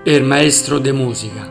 Il maestro de musica.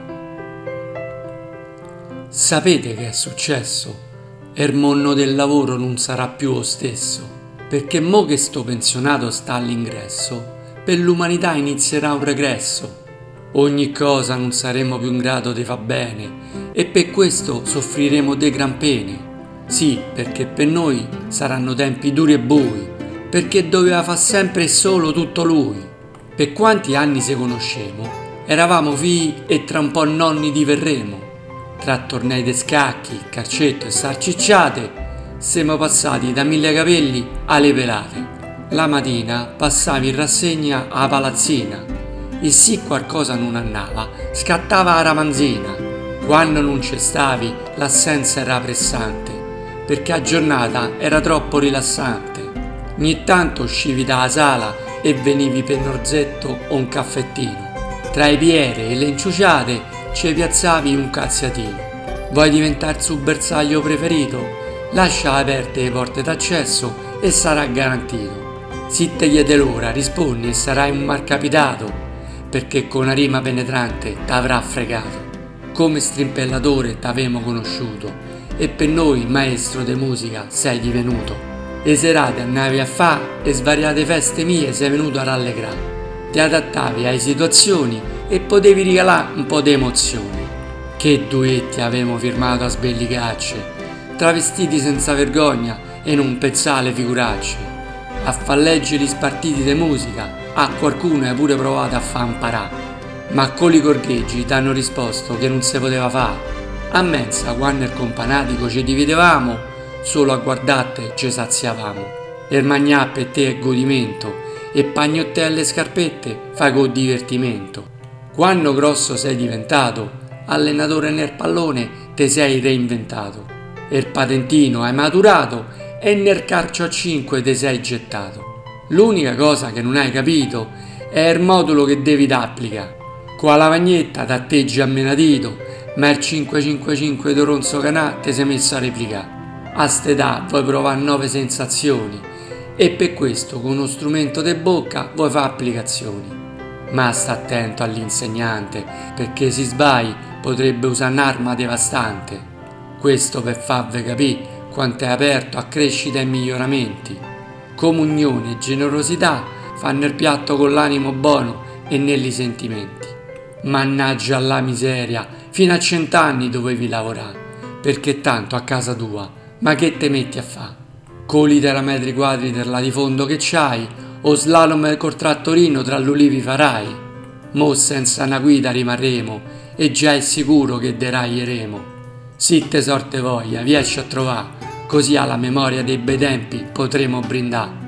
Sapete che è successo? Il mondo del lavoro non sarà più lo stesso, perché mo che sto pensionato sta all'ingresso, per l'umanità inizierà un regresso. Ogni cosa non saremo più in grado di far bene, e per questo soffriremo de gran pene. Sì, perché per noi saranno tempi duri e bui, perché doveva far sempre e solo tutto lui. Per quanti anni se conoscemo, eravamo figli e tra un po' nonni diverremo. Tra tornei de scacchi, calcetto e salcicciate, siamo passati da 1000 capelli alle pelate. La mattina passavi in rassegna a palazzina e se qualcosa non andava, scattava la ramanzina. Quando non ci stavi, l'assenza era pressante, perché la giornata era troppo rilassante. Ogni tanto uscivi dalla sala e venivi per un orzetto o un caffettino. Tra i piere e le inciuciate ci piazzavi un cazziatino. Vuoi diventare il suo bersaglio preferito? Lascia aperte le porte d'accesso e sarà garantito. Se ti chiede l'ora, rispondi e sarai un malcapitato, perché con una rima penetrante t'avrà fregato. Come strimpellatore t'avemo conosciuto e per noi maestro de musica sei divenuto. Le serate andavi a fa e svariate feste mie sei venuto a rallegrare. Ti adattavi alle situazioni e potevi regalare un po' di emozioni. Che duetti avevamo firmato a sbellicacce, travestiti senza vergogna e non pensare alle figuracce. A far leggere gli spartiti di musica, a qualcuno hai pure provato a far imparare. Ma con i corgheggi ti hanno risposto che non si poteva fare. A mensa, quando il companatico ci dividevamo, solo a guardarte ci saziavamo. Il magnà per te è godimento, e pagnottelle e scarpette fai col divertimento. Quando grosso sei diventato, allenatore nel pallone te sei reinventato. Il patentino hai maturato e nel calcio a 5 te sei gettato. L'unica cosa che non hai capito è il modulo che devi t'applicare. Con la lavagnetta t'atteggi a menadito, ma il 5-5-5 di Ronzo Canà te sei messo a replicare. A st'età vuoi provare 9 sensazioni e per questo con uno strumento de bocca vuoi fare applicazioni. Ma sta attento all'insegnante, perché se sbagli potrebbe usare un'arma devastante. Questo per farvi capire quanto è aperto a crescita e miglioramenti. Comunione e generosità fanno il piatto con l'animo buono e negli sentimenti. Mannaggia alla miseria, fino a 100 anni dovevi lavorare, perché tanto a casa tua, ma che te metti a fa'? Coli terametri quadri del latifondo che c'hai, o slalom col trattorino tra l'ulivi farai. Mo senza una guida rimarremo, e già è sicuro che deraglieremo. Si te sorte voglia, riesci a trovare, così alla memoria dei bei tempi potremo brindare.